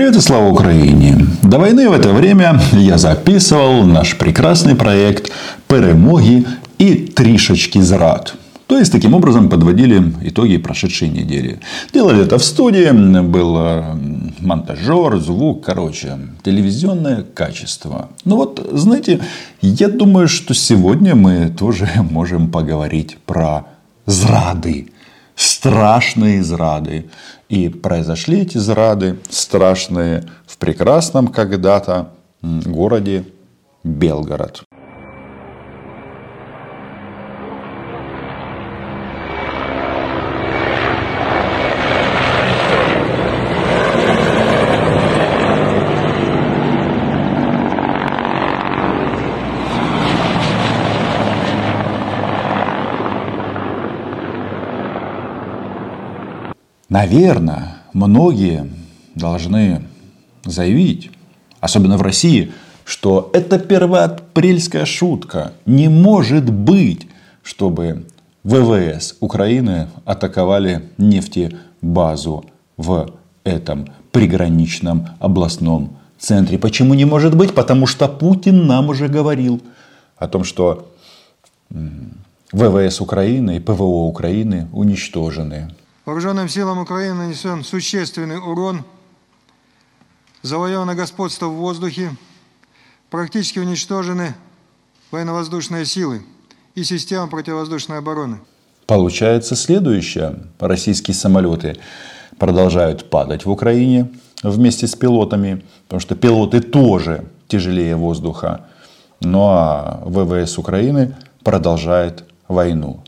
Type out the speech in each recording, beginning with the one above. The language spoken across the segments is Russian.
Привет и слава Украине! До войны в это время я записывал наш прекрасный проект «Перемоги и трішечки зрад». То есть, таким образом подводили итоги прошедшей недели. Делали это в студии, был монтажер, звук, телевизионное качество. Ну вот, знаете, я думаю, что сегодня мы тоже можем поговорить про зрады. Страшные зрады. И произошли эти зрады страшные в прекрасном когда-то городе Белгород. Наверное, многие должны заявить, особенно в России, что это первоапрельская шутка. Не может быть, чтобы ВВС Украины атаковали нефтебазу в этом приграничном областном центре. Почему не может быть? Потому что Путин нам уже говорил о том, что ВВС Украины и ПВО Украины уничтожены. Вооруженным силам Украины нанесен существенный урон, завоевано господство в воздухе, практически уничтожены военно-воздушные силы и система противовоздушной обороны. Получается следующее. Российские самолеты продолжают падать в Украине вместе с пилотами, потому что пилоты тоже тяжелее воздуха. Ну а ВВС Украины продолжает войну.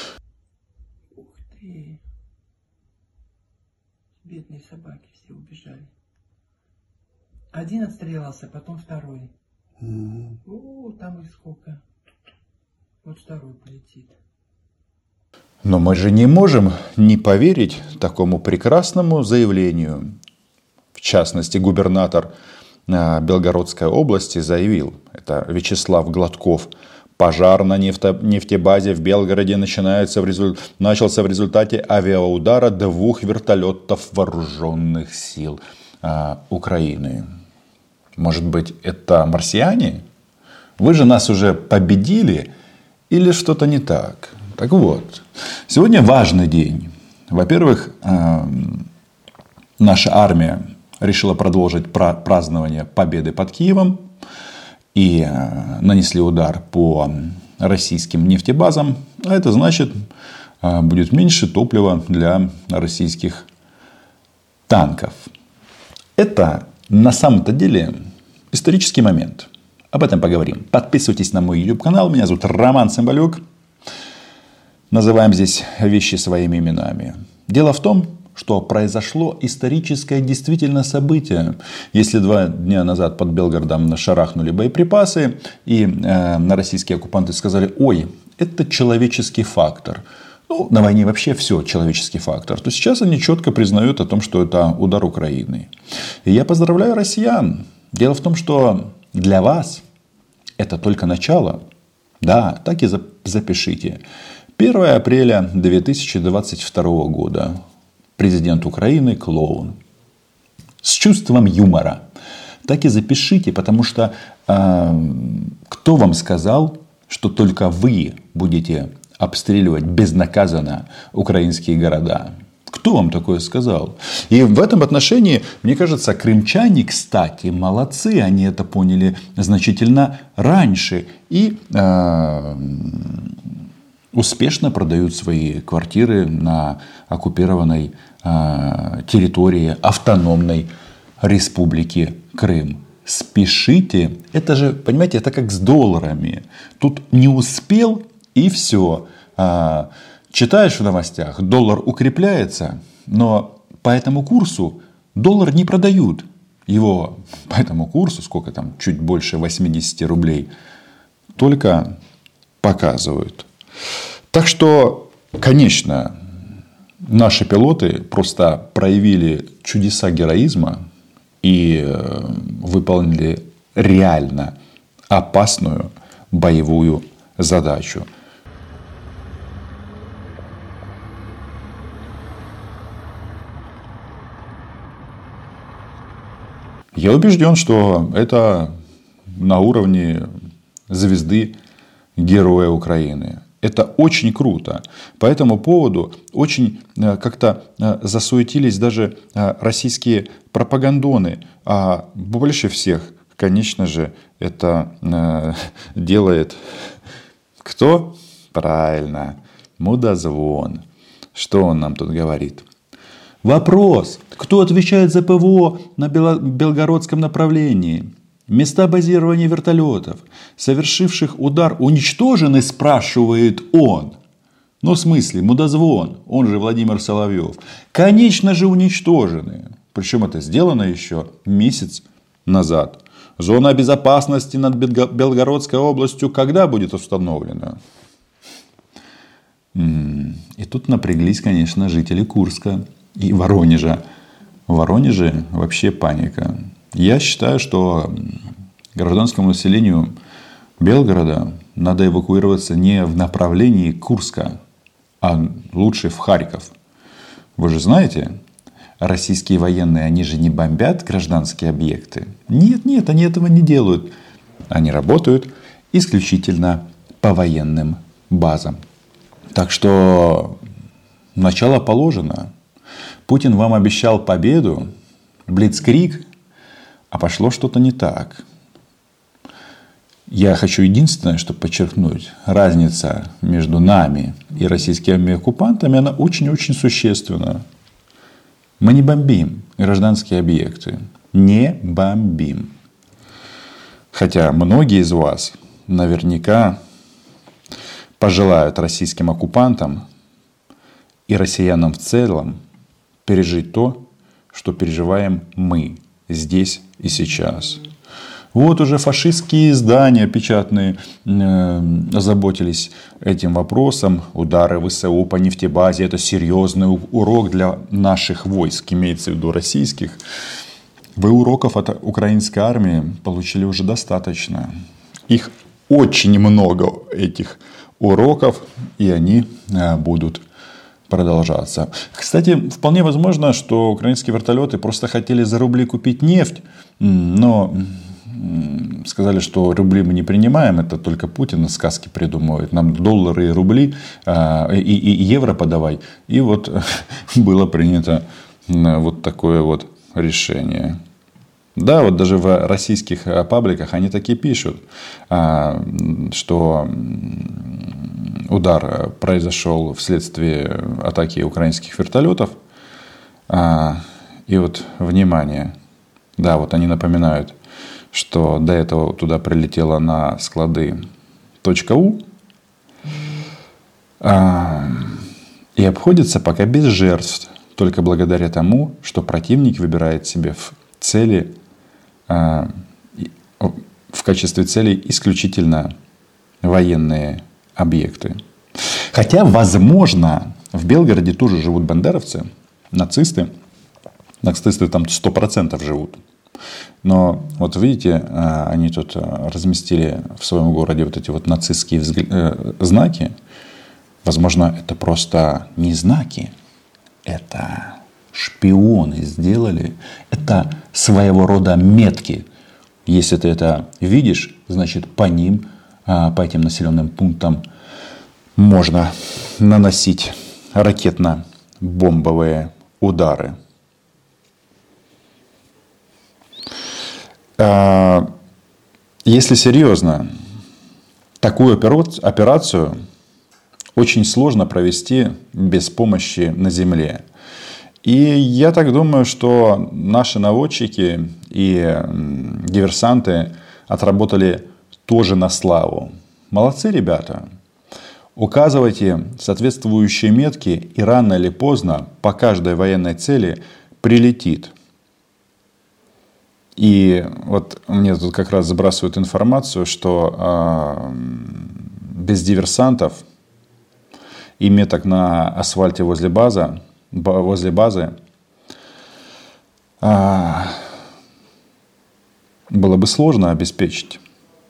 Бедные собаки все убежали. Один отстрелялся, потом второй. О, там их сколько. Вот второй полетит. Но мы же не можем не поверить такому прекрасному заявлению. В частности, губернатор Белгородской области заявил, это Вячеслав Гладков: пожар на нефтебазе в Белгороде начался в результате авиаудара 2 вертолетов вооруженных сил Украины. Может быть, это марсиане? Вы же нас уже победили или что-то не так? Так вот, сегодня важный день. Во-первых, наша армия решила продолжить празднование победы под Киевом. И нанесли удар по российским нефтебазам. А это значит, будет меньше топлива для российских танков. Это на самом-то деле исторический момент. Об этом поговорим. Подписывайтесь на мой YouTube канал. Меня зовут Роман Цымбалюк. Называем здесь вещи своими именами. Дело в том, что произошло историческое действительно событие. Если 2 дня назад под Белгородом шарахнули боеприпасы, и российские оккупанты сказали: ой, это человеческий фактор. Ну, на войне вообще все человеческий фактор. То сейчас они четко признают о том, что это удар Украины. И я поздравляю россиян. Дело в том, что для вас это только начало. Да, так и запишите. 1 апреля 2022 года. Президент Украины клоун. С чувством юмора. Так и запишите, потому что кто вам сказал, что только вы будете обстреливать безнаказанно украинские города? Кто вам такое сказал? И в этом отношении, мне кажется, крымчане, кстати, молодцы. Они это поняли значительно раньше. И успешно продают свои квартиры на оккупированной территории автономной республики Крым. Спешите. Это же, понимаете, это как с долларами. Тут не успел и все. Читаешь в новостях, доллар укрепляется, но по этому курсу доллар не продают. Его по этому курсу, сколько там, чуть больше 80 рублей, только показывают. Так что, конечно, наши пилоты просто проявили чудеса героизма и выполнили реально опасную боевую задачу. Я убежден, что это на уровне звезды Героя Украины. Это очень круто. По этому поводу очень как-то засуетились даже российские пропагандоны. А больше всех, конечно же, это делает кто? Правильно, Мудозвон. Что он нам тут говорит? Вопрос. Кто отвечает за ПВО на Белгородском направлении? Места базирования вертолетов, совершивших удар, уничтожены, спрашивает он. Ну, в смысле, Мудозвон, он же Владимир Соловьев. Конечно же, уничтожены. Причем это сделано еще месяц назад. Зона безопасности над Белгородской областью когда будет установлена? И тут напряглись, конечно, жители Курска и Воронежа. В Воронеже вообще паника. Я считаю, что гражданскому населению Белгорода надо эвакуироваться не в направлении Курска, а лучше в Харьков. Вы же знаете, российские военные, они же не бомбят гражданские объекты. Нет, они этого не делают. Они работают исключительно по военным базам. Так что начало положено. Путин вам обещал победу, блицкриг, а пошло что-то не так. Я хочу единственное, чтобы подчеркнуть, разница между нами и российскими оккупантами, она очень-очень существенна. Мы не бомбим гражданские объекты. Не бомбим. Хотя многие из вас наверняка пожелают российским оккупантам и россиянам в целом пережить то, что переживаем мы здесь и сейчас. Вот уже фашистские издания печатные озаботились этим вопросом. Удары ВСУ по нефтебазе – это серьезный урок для наших войск, имеется в виду российских. Вы уроков от украинской армии получили уже достаточно. Их очень много, этих уроков, и они будут продолжаться. Кстати, вполне возможно, что украинские вертолеты просто хотели за рубли купить нефть, но сказали, что рубли мы не принимаем, это только Путин сказки придумывает. Нам доллары и рубли и евро подавай. И вот было принято вот такое вот решение. Да, вот даже в российских пабликах они такие пишут, что удар произошел вследствие атаки украинских вертолетов. И вот, внимание, да, вот они напоминают, что до этого туда прилетело на склады .у и обходится пока без жертв, только благодаря тому, что противник выбирает себе в цели, в качестве целей исключительно военные объекты. Хотя, возможно, в Белгороде тоже живут бандеровцы, нацисты. Нацисты там 100% живут. Но вот видите, они тут разместили в своем городе вот эти вот нацистские знаки. Возможно, это просто не знаки. Это шпионы сделали. Это своего рода метки. Если ты это видишь, значит по ним, по этим населенным пунктам можно наносить ракетно-бомбовые удары. Если серьезно, такую операцию очень сложно провести без помощи на земле. И я так думаю, что наши наводчики и диверсанты отработали тоже на славу. Молодцы, ребята. Указывайте соответствующие метки, и рано или поздно по каждой военной цели прилетит. И вот мне тут как раз забрасывают информацию, что без диверсантов и меток на асфальте возле базы было бы сложно обеспечить.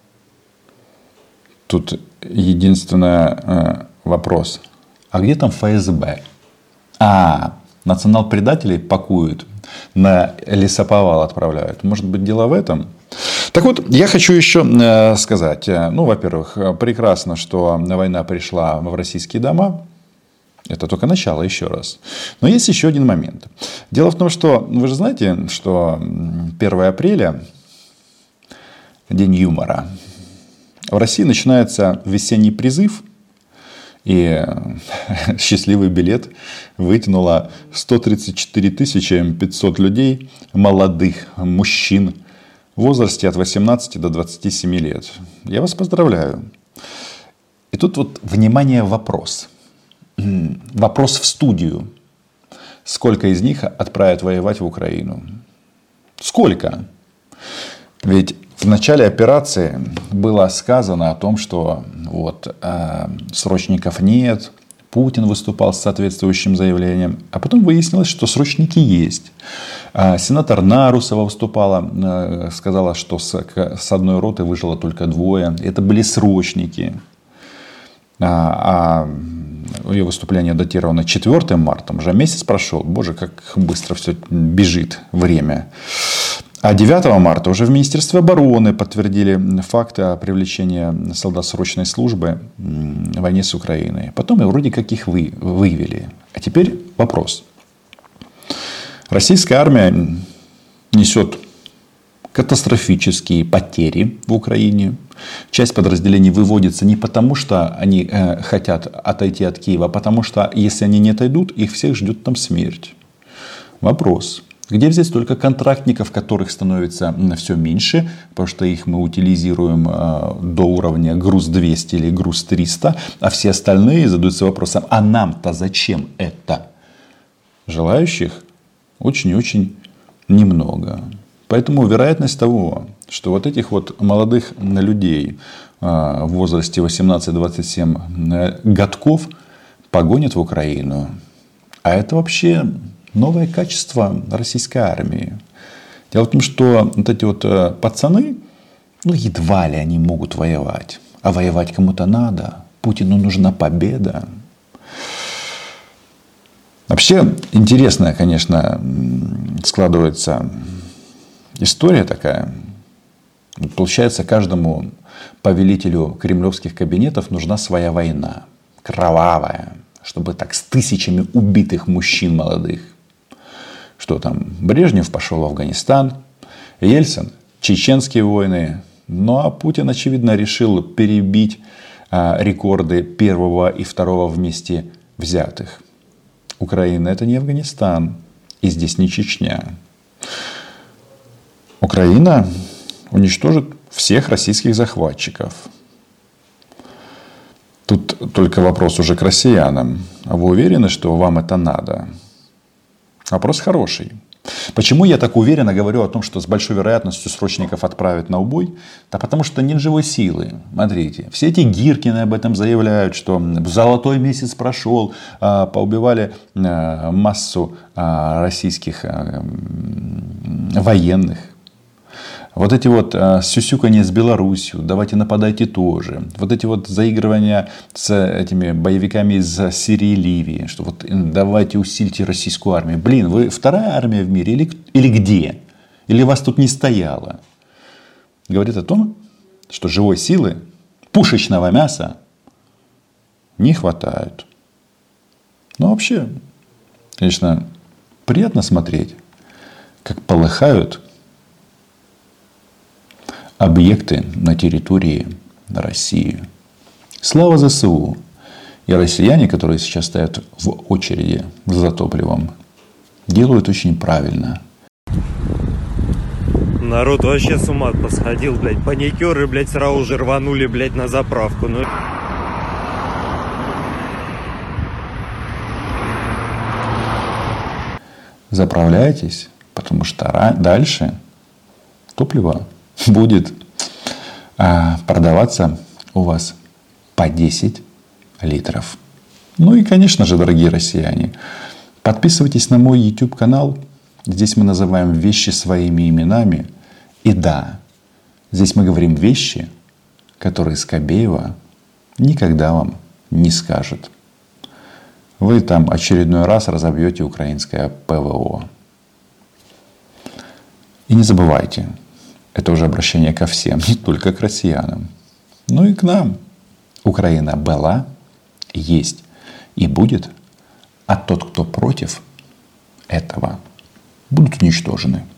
Тут единственный вопрос. А где там ФСБ? национал-предателей пакуют, на лесоповал отправляют. Может быть, дело в этом? Так вот, я хочу еще сказать. Ну, во-первых, прекрасно, что война пришла в российские дома. Это только начало, еще раз. Но есть еще один момент. Дело в том, что вы же знаете, что 1 апреля, день юмора, в России начинается весенний призыв, и счастливый билет вытянуло 134 500 людей, молодых мужчин в возрасте от 18 до 27 лет. Я вас поздравляю. И тут вот, внимание, вопрос. Вопрос в студию. Сколько из них отправят воевать в Украину? Сколько? Ведь в начале операции было сказано о том, что вот, срочников нет. Путин выступал с соответствующим заявлением. А потом выяснилось, что срочники есть. Сенатор Нарусова выступала, сказала, что с одной роты выжило только 2. Это были срочники. Ее выступление датировано 4 марта. Уже месяц прошел. Боже, как быстро все бежит время. А 9 марта уже в Министерстве обороны подтвердили факты о привлечении солдат срочной службы в войне с Украиной. Потом и вроде как их выявили. А теперь вопрос. Российская армия несет катастрофические потери в Украине. Часть подразделений выводится не потому, что они хотят отойти от Киева, а потому что, если они не отойдут, их всех ждет там смерть. Вопрос. Где взять столько контрактников, которых становится все меньше, потому что их мы утилизируем до уровня груз 200 или груз 300, а все остальные задаются вопросом, а нам-то зачем это? Желающих очень и очень немного. Поэтому вероятность того, что вот этих вот молодых людей в возрасте 18-27 годков погонят в Украину, а это вообще новое качество российской армии. Дело в том, что вот эти вот пацаны, ну едва ли они могут воевать. А воевать кому-то надо. Путину нужна победа. Вообще интересная, конечно, складывается история такая. Получается, каждому повелителю кремлевских кабинетов нужна своя война. Кровавая. Чтобы так с тысячами убитых мужчин молодых. Что там? Брежнев пошел в Афганистан. Ельцин – чеченские войны. Ну а Путин, очевидно, решил перебить рекорды 1 и 2 вместе взятых. Украина – это не Афганистан. И здесь не Чечня. Украина уничтожит всех российских захватчиков. Тут только вопрос уже к россиянам. А вы уверены, что вам это надо? Вопрос хороший. Почему я так уверенно говорю о том, что с большой вероятностью срочников отправят на убой? Да потому что нет живой силы. Смотрите, все эти Гиркины об этом заявляют, что золотой месяц прошел, поубивали массу российских военных. Вот эти вот сюсюканье с Белоруссией, давайте нападайте тоже. Вот эти вот заигрывания с этими боевиками из Сирии и Ливии, что вот давайте усильте российскую армию. Блин, вы вторая армия в мире или где? Или вас тут не стояло? Говорит о том, что живой силы, пушечного мяса не хватает. Но вообще, конечно, приятно смотреть, как полыхают объекты на территории России. Слава ЗСУ! И россияне, которые сейчас стоят в очереди за топливом, делают очень правильно. Народ вообще с ума посходил, блядь. Паникеры, блядь, сразу же рванули, блядь, на заправку. Ну... Заправляйтесь, потому что дальше топливо будет продаваться у вас по 10 литров. Ну и, конечно же, дорогие россияне, подписывайтесь на мой YouTube канал. Здесь мы называем вещи своими именами. И да, здесь мы говорим вещи, которые Скобеева никогда вам не скажет. вы там очередной раз разобьете украинское ПВО. И не забывайте, это уже обращение ко всем, не только к россиянам, но и к нам. Украина была, есть и будет, а тот, кто против этого, будут уничтожены.